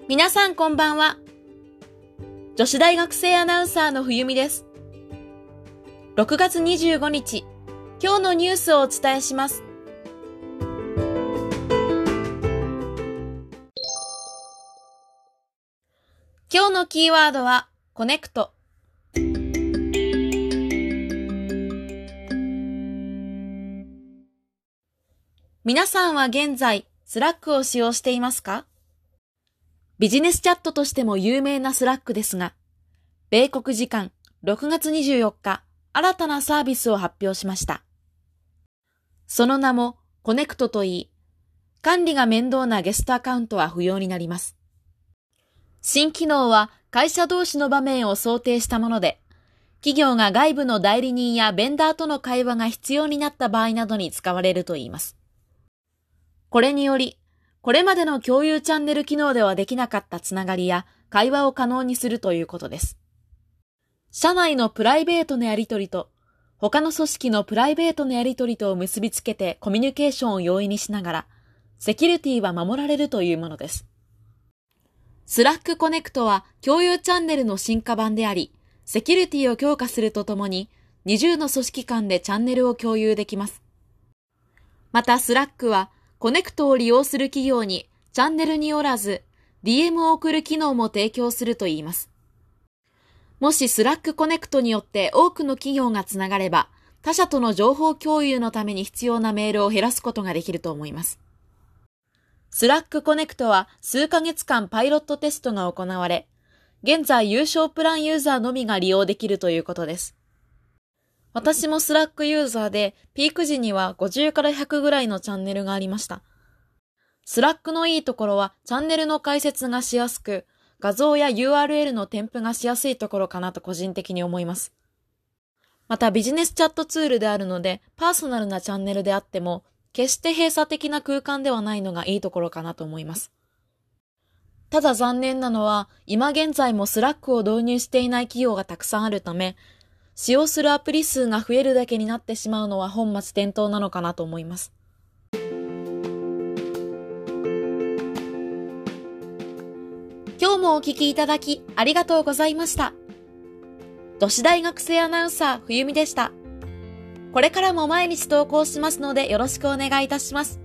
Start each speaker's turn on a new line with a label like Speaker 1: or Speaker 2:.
Speaker 1: 皆さんこんばんは。女子大学生アナウンサーの冬美です。6月25日、今日のニュースをお伝えします。今日のキーワードはコネクト。皆さんは現在スラックを使用していますか？ビジネスチャットとしても有名なスラックですが、米国時間6月24日、新たなサービスを発表しました。その名もコネクトといい、管理が面倒なゲストアカウントは不要になります。新機能は会社同士の場面を想定したもので、企業が外部の代理人やベンダーとの会話が必要になった場合などに使われるといいます。これにより、これまでの共有チャンネル機能ではできなかったつながりや会話を可能にするということです。社内のプライベートのやり取りと、他の組織のプライベートのやり取りとを結びつけてコミュニケーションを容易にしながら、セキュリティは守られるというものです。スラックコネクトは共有チャンネルの進化版であり、セキュリティを強化するとともに、20の組織間でチャンネルを共有できます。またスラックは、コネクトを利用する企業にチャンネルにおらず DM を送る機能も提供するといいます。もしスラックコネクトによって多くの企業がつながれば、他社との情報共有のために必要なメールを減らすことができると思います。スラックコネクトは数ヶ月間パイロットテストが行われ、現在有償プランユーザーのみが利用できるということです。私もスラックユーザーで、ピーク時には50から100ぐらいのチャンネルがありました。スラックのいいところは、チャンネルの解説がしやすく、画像や URL の添付がしやすいところかなと個人的に思います。またビジネスチャットツールであるので、パーソナルなチャンネルであっても、決して閉鎖的な空間ではないのがいいところかなと思います。ただ残念なのは、今現在もスラックを導入していない企業がたくさんあるため、使用するアプリ数が増えるだけになってしまうのは本末転倒なのかなと思います。今日もお聞きいただきありがとうございました。女子大学生アナウンサー冬美でした。これからも毎日投稿しますのでよろしくお願いいたします。